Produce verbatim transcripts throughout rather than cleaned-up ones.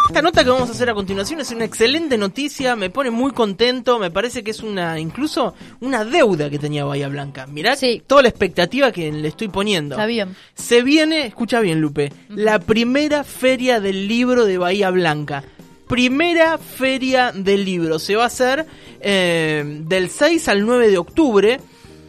Esta nota que vamos a hacer a continuación es una excelente noticia, me pone muy contento, me parece que es una incluso una deuda que tenía Bahía Blanca. Mirá sí. toda la expectativa que le estoy poniendo. Está bien. Se viene, escucha bien Lupe, uh-huh. la primera feria del libro de Bahía Blanca. Primera feria del libro, se va a hacer eh, del seis al nueve de octubre.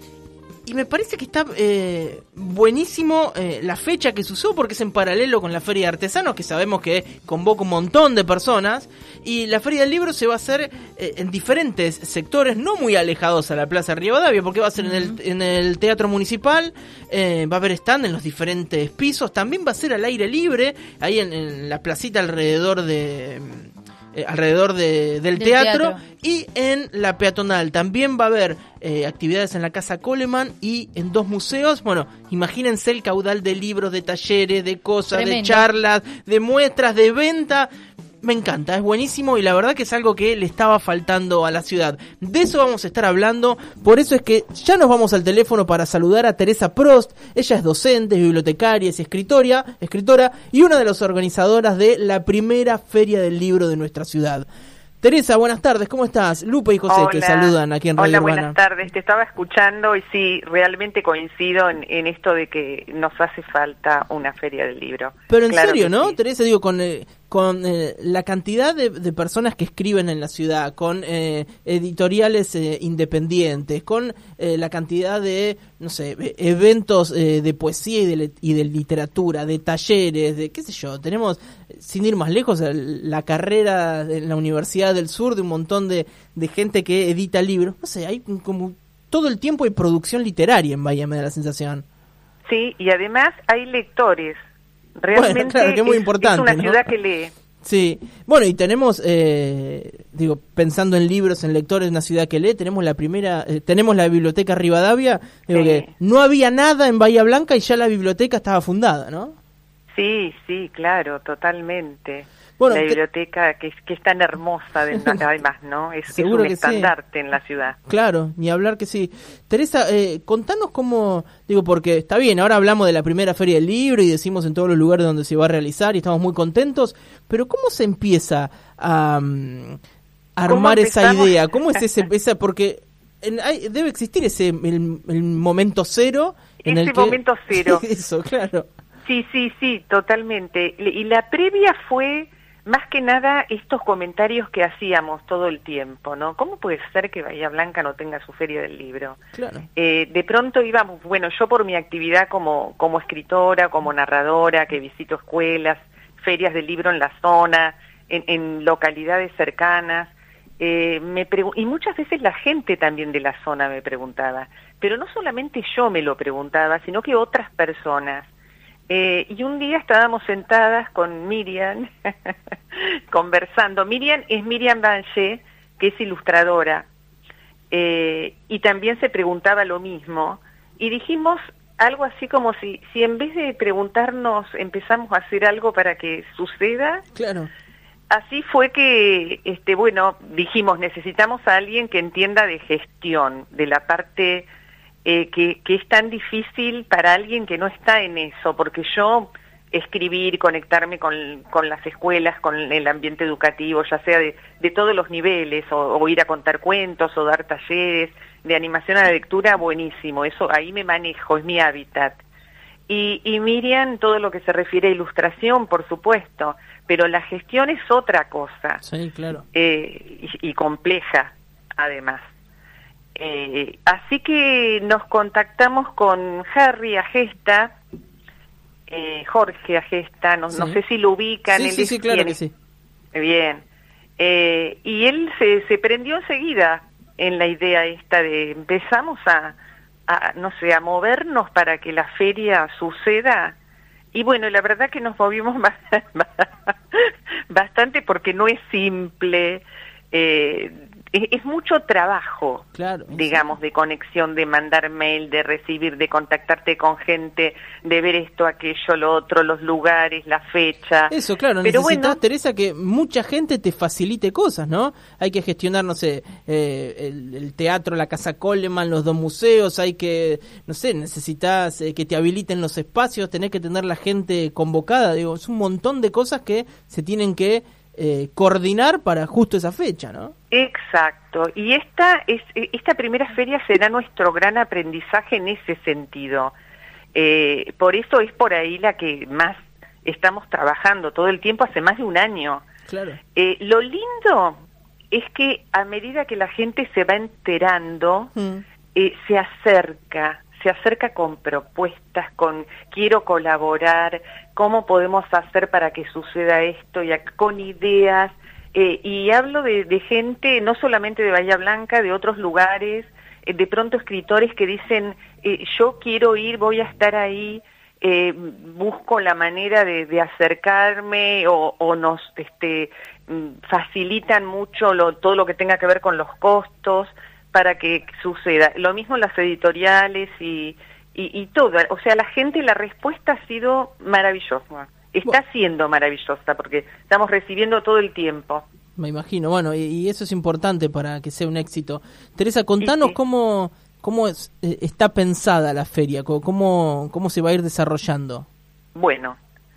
Y me parece que está eh, buenísimo eh, la fecha que se usó porque es en paralelo con la Feria de Artesanos, que sabemos que convoca un montón de personas. Y la Feria del Libro se va a hacer eh, en diferentes sectores, no muy alejados a la Plaza Rivadavia, porque va a ser uh-huh. en, el, en el Teatro Municipal, eh, va a haber stand en los diferentes pisos, también va a ser al aire libre, ahí en, en la placita alrededor de... Eh, alrededor de, del, del teatro, teatro y en la peatonal también va a haber eh, actividades en la Casa Coleman y en dos museos. Bueno, imagínense el caudal de libros, de talleres, de cosas, Tremendo. de charlas, de muestras, de venta. Me encanta, es buenísimo y la verdad que es algo que le estaba faltando a la ciudad. De eso vamos a estar hablando, por eso es que ya nos vamos al teléfono para saludar a Teresa Prost. Ella es docente, es bibliotecaria, es escritora, escritora y una de las organizadoras de la primera Feria del Libro de nuestra ciudad. Teresa, buenas tardes, ¿cómo estás? Lupe y José Hola. te saludan aquí en Radio Hola, Urbana. Buenas tardes, te estaba escuchando y sí, realmente coincido en, en esto de que nos hace falta una Feria del Libro. Pero en claro serio, ¿no? Sí. Teresa, digo, con... Eh, con eh, la cantidad de, de personas que escriben en la ciudad, con eh, editoriales eh, independientes, con eh, la cantidad de, no sé, eventos eh, de poesía y de, y de literatura, de talleres, de qué sé yo, tenemos, sin ir más lejos, la carrera en la Universidad del Sur de un montón de, de gente que edita libros, no sé, hay como todo el tiempo hay producción literaria en Bahía, me da la sensación. Sí, y además hay lectores. Realmente bueno, claro, que es muy importante, es una ¿no? ciudad que lee. Sí, bueno, y tenemos, eh, digo, pensando en libros, en lectores, una ciudad que lee, tenemos la primera, eh, tenemos la biblioteca Rivadavia, digo sí. que no había nada en Bahía Blanca y ya la biblioteca estaba fundada, ¿no? Sí, sí, claro, totalmente. Bueno, la te... biblioteca que es, que es tan hermosa, de, además, ¿no? Es, es un que estandarte sí. en la ciudad. Claro, ni hablar que sí. Teresa, eh, contanos cómo, digo, porque está bien, ahora hablamos de la primera Feria del Libro y decimos en todos los lugares donde se va a realizar y estamos muy contentos, pero ¿cómo se empieza a, um, a armar esa idea? ¿Cómo es ese, esa, porque en, hay, debe existir ese, el, el momento cero. En ese el que... momento cero. Eso, claro. Sí, sí, sí, totalmente. Y la previa fue... Más que nada estos comentarios que hacíamos todo el tiempo, ¿no? ¿Cómo puede ser que Bahía Blanca no tenga su Feria del Libro? Claro. Eh, de pronto íbamos, bueno, yo por mi actividad como, como escritora, como narradora, que visito escuelas, ferias del libro en la zona, en, en localidades cercanas, eh, me pregu- y muchas veces la gente también de la zona me preguntaba, pero no solamente yo me lo preguntaba, sino que otras personas. Eh, y un día estábamos sentadas con Miriam, conversando. Miriam es Miriam Banché, que es ilustradora, eh, y también se preguntaba lo mismo. Y dijimos algo así como si, si en vez de preguntarnos empezamos a hacer algo para que suceda. Claro. Así fue que, este, bueno, dijimos, necesitamos a alguien que entienda de gestión, de la parte... Eh, que, que es tan difícil para alguien que no está en eso, porque yo escribir, conectarme con, con las escuelas, con el ambiente educativo, ya sea de, de todos los niveles, o, o ir a contar cuentos, o dar talleres de animación a la lectura, buenísimo, eso ahí me manejo, es mi hábitat. Y, y Miriam, todo lo que se refiere a ilustración, por supuesto, pero la gestión es otra cosa. Sí, claro. Eh, y, y compleja, además. Eh, así que nos contactamos con Harry Agesta, eh, Jorge Agesta, no, sí. no sé si lo ubican. Sí, él sí, sí, claro bien, que sí. Bien. Eh, y él se, se prendió enseguida en la idea esta de empezamos a, a, no sé, a movernos para que la feria suceda. Y bueno, la verdad que nos movimos bastante porque no es simple. Eh, Es, es mucho trabajo, claro, digamos, sí. de conexión, de mandar mail, de recibir, de contactarte con gente, de ver esto, aquello, lo otro, los lugares, la fecha. Eso, claro, pero necesitas, bueno, Teresa, que mucha gente te facilite cosas, ¿no? Hay que gestionar, no sé, eh, el, el teatro, la Casa Coleman, los dos museos, hay que, no sé, necesitas eh, que te habiliten los espacios, tenés que tener la gente convocada, digo, es un montón de cosas que se tienen que eh, coordinar para justo esa fecha, ¿no? Exacto, y esta, es, esta primera feria será nuestro gran aprendizaje en ese sentido. Eh, por eso es por ahí la que más estamos trabajando todo el tiempo, hace más de un año. Claro. Eh, lo lindo es que a medida que la gente se va enterando, mm. eh, se acerca, se acerca con propuestas, con quiero colaborar, cómo podemos hacer para que suceda esto, y con ideas, eh, y hablo de, de gente no solamente de Bahía Blanca, de otros lugares, eh, de pronto escritores que dicen, eh, yo quiero ir, voy a estar ahí, eh, busco la manera de, de acercarme, o, o nos este, facilitan mucho lo, todo lo que tenga que ver con los costos, para que suceda. Lo mismo las editoriales y, y, y todo. O sea, la gente, la respuesta ha sido maravillosa. Está siendo maravillosa porque estamos recibiendo todo el tiempo. Me imagino. Bueno, y, y eso es importante para que sea un éxito. Teresa, contanos sí, sí. cómo, cómo es, eh, está pensada la feria, cómo, cómo se va a ir desarrollando. Bueno,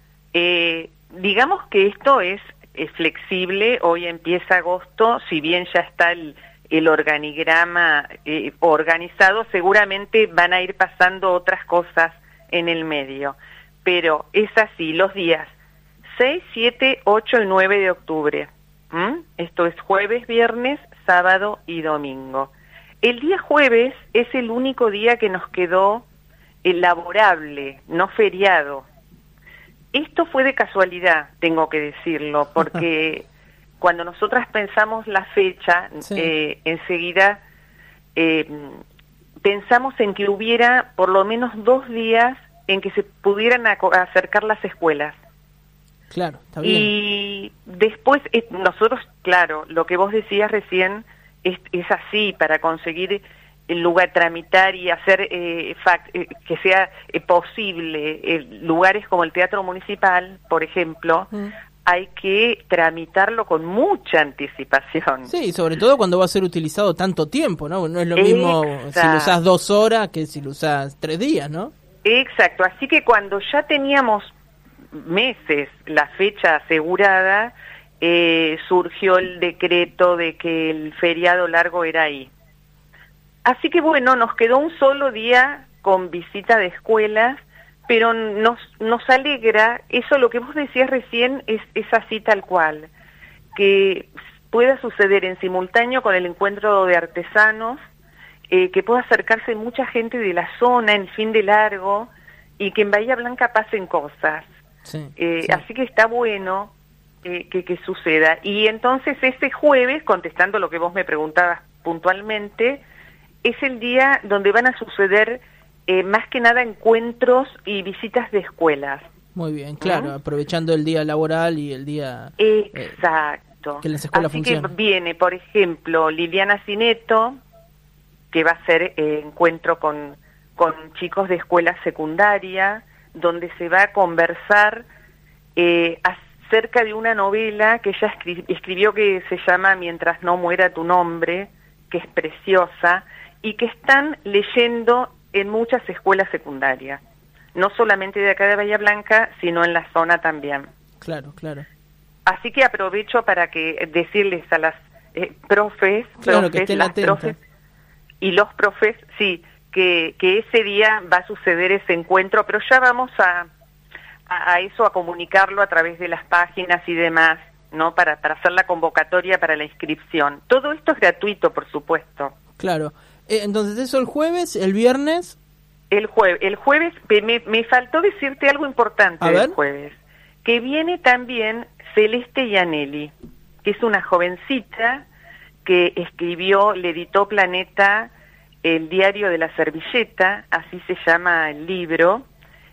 eh, digamos que esto es, es flexible. Hoy empieza agosto, si bien ya está el el organigrama eh, organizado, seguramente van a ir pasando otras cosas en el medio, pero es así, los días seis, siete, ocho y nueve de octubre, ¿Mm? Esto es jueves, viernes, sábado y domingo. El día jueves es el único día que nos quedó laborable, no feriado. Esto fue de casualidad, tengo que decirlo, porque cuando nosotras pensamos la fecha, sí. eh, enseguida eh, pensamos en que hubiera por lo menos dos días en que se pudieran acercar las escuelas. Claro, está bien. Y después, eh, nosotros, claro, lo que vos decías recién es, es así, para conseguir el lugar, tramitar y hacer eh, fact, eh, que sea eh, posible, eh, lugares como el Teatro Municipal, por ejemplo, mm. hay que tramitarlo con mucha anticipación. Sí, sobre todo cuando va a ser utilizado tanto tiempo, ¿no? No es lo mismo Exacto. si lo usás dos horas que si lo usás tres días, ¿no? Exacto, así que cuando ya teníamos meses la fecha asegurada, eh, surgió el decreto de que el feriado largo era ahí. Así que bueno, nos quedó un solo día con visita de escuelas, pero nos nos alegra, eso lo que vos decías recién es, es así tal cual, que pueda suceder en simultáneo con el encuentro de artesanos, eh, que pueda acercarse mucha gente de la zona en fin de largo, y que en Bahía Blanca pasen cosas. Sí, eh, sí. Así que está bueno eh, que, que suceda. Y entonces ese jueves, contestando lo que vos me preguntabas puntualmente, es el día donde van a suceder Eh, más que nada encuentros y visitas de escuelas. Muy bien, claro, ¿no? Aprovechando el día laboral y el día Exacto. Eh, que las escuelas Así funcionan. que viene, por ejemplo, Liliana Cineto, que va a hacer eh, encuentro con, con chicos de escuela secundaria, donde se va a conversar eh, acerca de una novela que ella escri- escribió que se llama Mientras no muera tu nombre, que es preciosa, y que están leyendo en muchas escuelas secundarias, no solamente de acá de Bahía Blanca, sino en la zona también. Claro, claro. Así que aprovecho para que decirles a las eh, profes, claro, profes que las profes y los profes, sí, que, que ese día va a suceder ese encuentro, pero ya vamos a, a, a eso, a comunicarlo a través de las páginas y demás, ¿no? Para, para hacer la convocatoria para la inscripción. Todo esto es gratuito, por supuesto. Claro. Eh, entonces eso el jueves, el viernes. El jueves, el jueves me, me faltó decirte algo importante del jueves, que viene también Celeste Yanelli, que es una jovencita que escribió, le editó Planeta, el diario de la servilleta, así se llama el libro,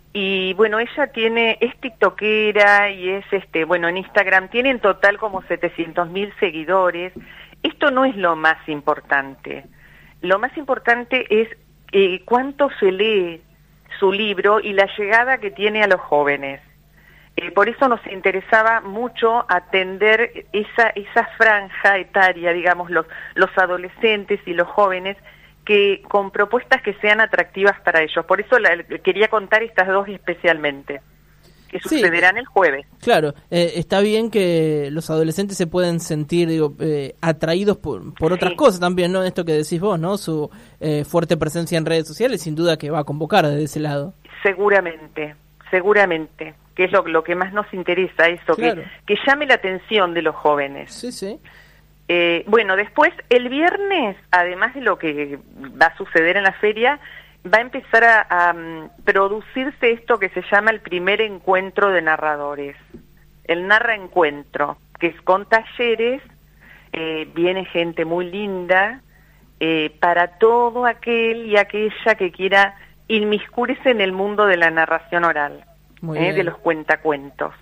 y bueno, ella tiene, es tiktokera y es, este, bueno, en Instagram tiene en total como setecientos mil seguidores. Esto no es lo más importante. Lo más importante es eh, cuánto se lee su libro y la llegada que tiene a los jóvenes. Eh, por eso nos interesaba mucho atender esa esa franja etaria, digamos, los, los adolescentes y los jóvenes, que con propuestas que sean atractivas para ellos. Por eso la, quería contar estas dos especialmente. que sucederán sí, el jueves. Claro, eh, está bien que los adolescentes se pueden sentir digo, eh, atraídos por, por otras sí. cosas también, ¿no? Esto que decís vos, ¿no? Su eh, fuerte presencia en redes sociales, sin duda que va a convocar desde ese lado. Seguramente, seguramente, que es lo, lo que más nos interesa, eso, claro. que, que llame la atención de los jóvenes. Sí, sí. Eh, bueno, después, el viernes, además de lo que va a suceder en la feria, va a empezar a, a um, producirse esto que se llama el primer encuentro de narradores, el Narra Encuentro, que es con talleres, eh, viene gente muy linda, eh, para todo aquel y aquella que quiera inmiscuirse en el mundo de la narración oral, eh, de los cuentacuentos.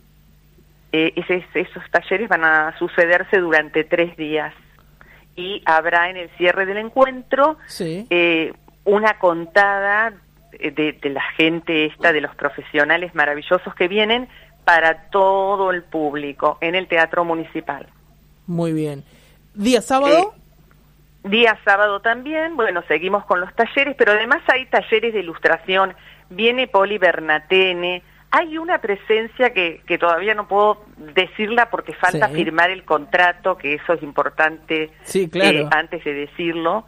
Eh, ese, esos talleres van a sucederse durante tres días y habrá en el cierre del encuentro sí. eh, una contada de, de la gente esta, de los profesionales maravillosos que vienen para todo el público en el Teatro Municipal. Muy bien. ¿Día sábado? Eh, día sábado también, bueno, seguimos con los talleres, pero además hay talleres de ilustración, viene Poli Bernatene, hay una presencia que, que todavía no puedo decirla porque falta sí. firmar el contrato, que eso es importante sí, claro. eh, antes de decirlo.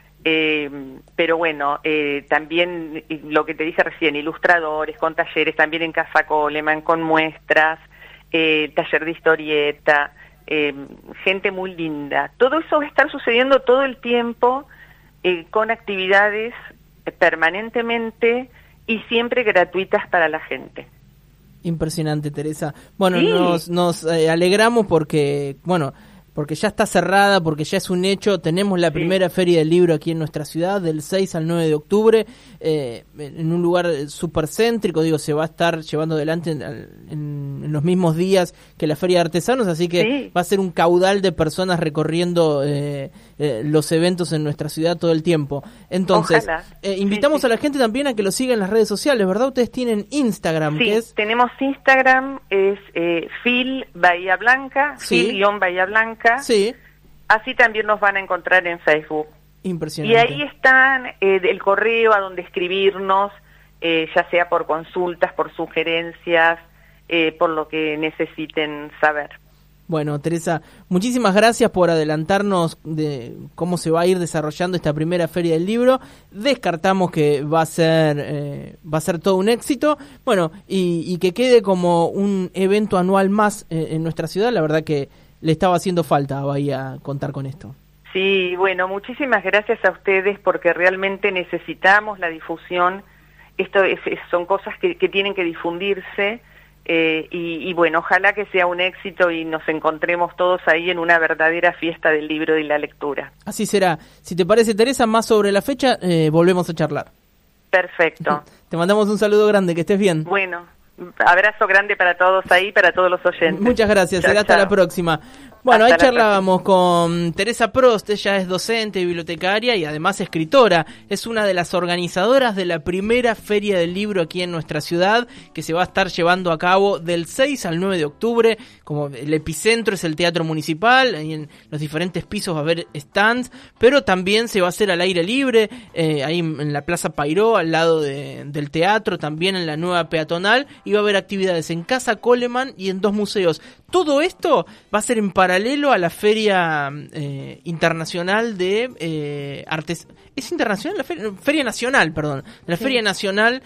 Eh, pero bueno, eh, también lo que te dije recién, ilustradores, con talleres, también en Casa Coleman, con muestras, eh, taller de historieta, eh, gente muy linda. Todo eso va a estar sucediendo todo el tiempo, eh, con actividades eh, permanentemente y siempre gratuitas para la gente. Impresionante, Teresa. Bueno, sí. nos, nos eh, alegramos porque, bueno... porque ya está cerrada, porque ya es un hecho. Tenemos la sí. primera feria del libro aquí en nuestra ciudad, del seis al nueve de octubre, eh, en un lugar súper céntrico, digo, se va a estar llevando adelante en, en, en los mismos días que la Feria de Artesanos, así que sí. va a ser un caudal de personas recorriendo eh, eh, los eventos en nuestra ciudad todo el tiempo. Entonces, eh, invitamos sí, sí. a la gente también a que lo siga en las redes sociales, ¿verdad? Ustedes tienen Instagram, sí, que es... tenemos Instagram, es eh, Fil Bahía Blanca, sí. Fil Bahía Blanca. Sí. Así también nos van a encontrar en Facebook. Impresionante. Y ahí están eh, el correo a donde escribirnos, eh, ya sea por consultas, por sugerencias, eh, por lo que necesiten saber. Bueno, Teresa, muchísimas gracias por adelantarnos de cómo se va a ir desarrollando esta primera feria del libro. Descartamos que va a ser eh, va a ser todo un éxito. Bueno, y, y que quede como un evento anual más eh, en nuestra ciudad. La verdad que le estaba haciendo falta a Bahía contar con esto. Sí, bueno, muchísimas gracias a ustedes porque realmente necesitamos la difusión. Esto es, es, son cosas que, que tienen que difundirse eh, y, y bueno, ojalá que sea un éxito y nos encontremos todos ahí en una verdadera fiesta del libro y la lectura. Así será. Si te parece, Teresa, más sobre la fecha, eh, volvemos a charlar. Perfecto. Te mandamos un saludo grande, que estés bien. Bueno. Abrazo grande para todos ahí, para todos los oyentes. Muchas gracias, chao, será hasta chao. La próxima. Bueno, hasta ahí charlábamos con Teresa Prost, ella es docente, bibliotecaria y además escritora. Es una de las organizadoras de la primera Feria del Libro aquí en nuestra ciudad, que se va a estar llevando a cabo del seis al nueve de octubre. Como el epicentro es el Teatro Municipal, y en los diferentes pisos va a haber stands, pero también se va a hacer al aire libre, eh, ahí en la Plaza Pairó, al lado de, del teatro, también en la nueva peatonal, y va a haber actividades en Casa Coleman y en dos museos. Todo esto va a ser en paralelo a la Feria eh, Internacional de eh, Artes... ¿Es internacional? La Feria, Feria Nacional, perdón. La sí. Feria Nacional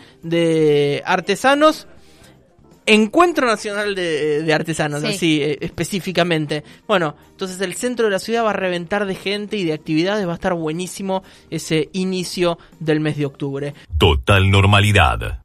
de Artesanos. Encuentro Nacional de, de Artesanos, sí. así eh, específicamente. Bueno, entonces el centro de la ciudad va a reventar de gente y de actividades. Va a estar buenísimo ese inicio del mes de octubre. Total normalidad.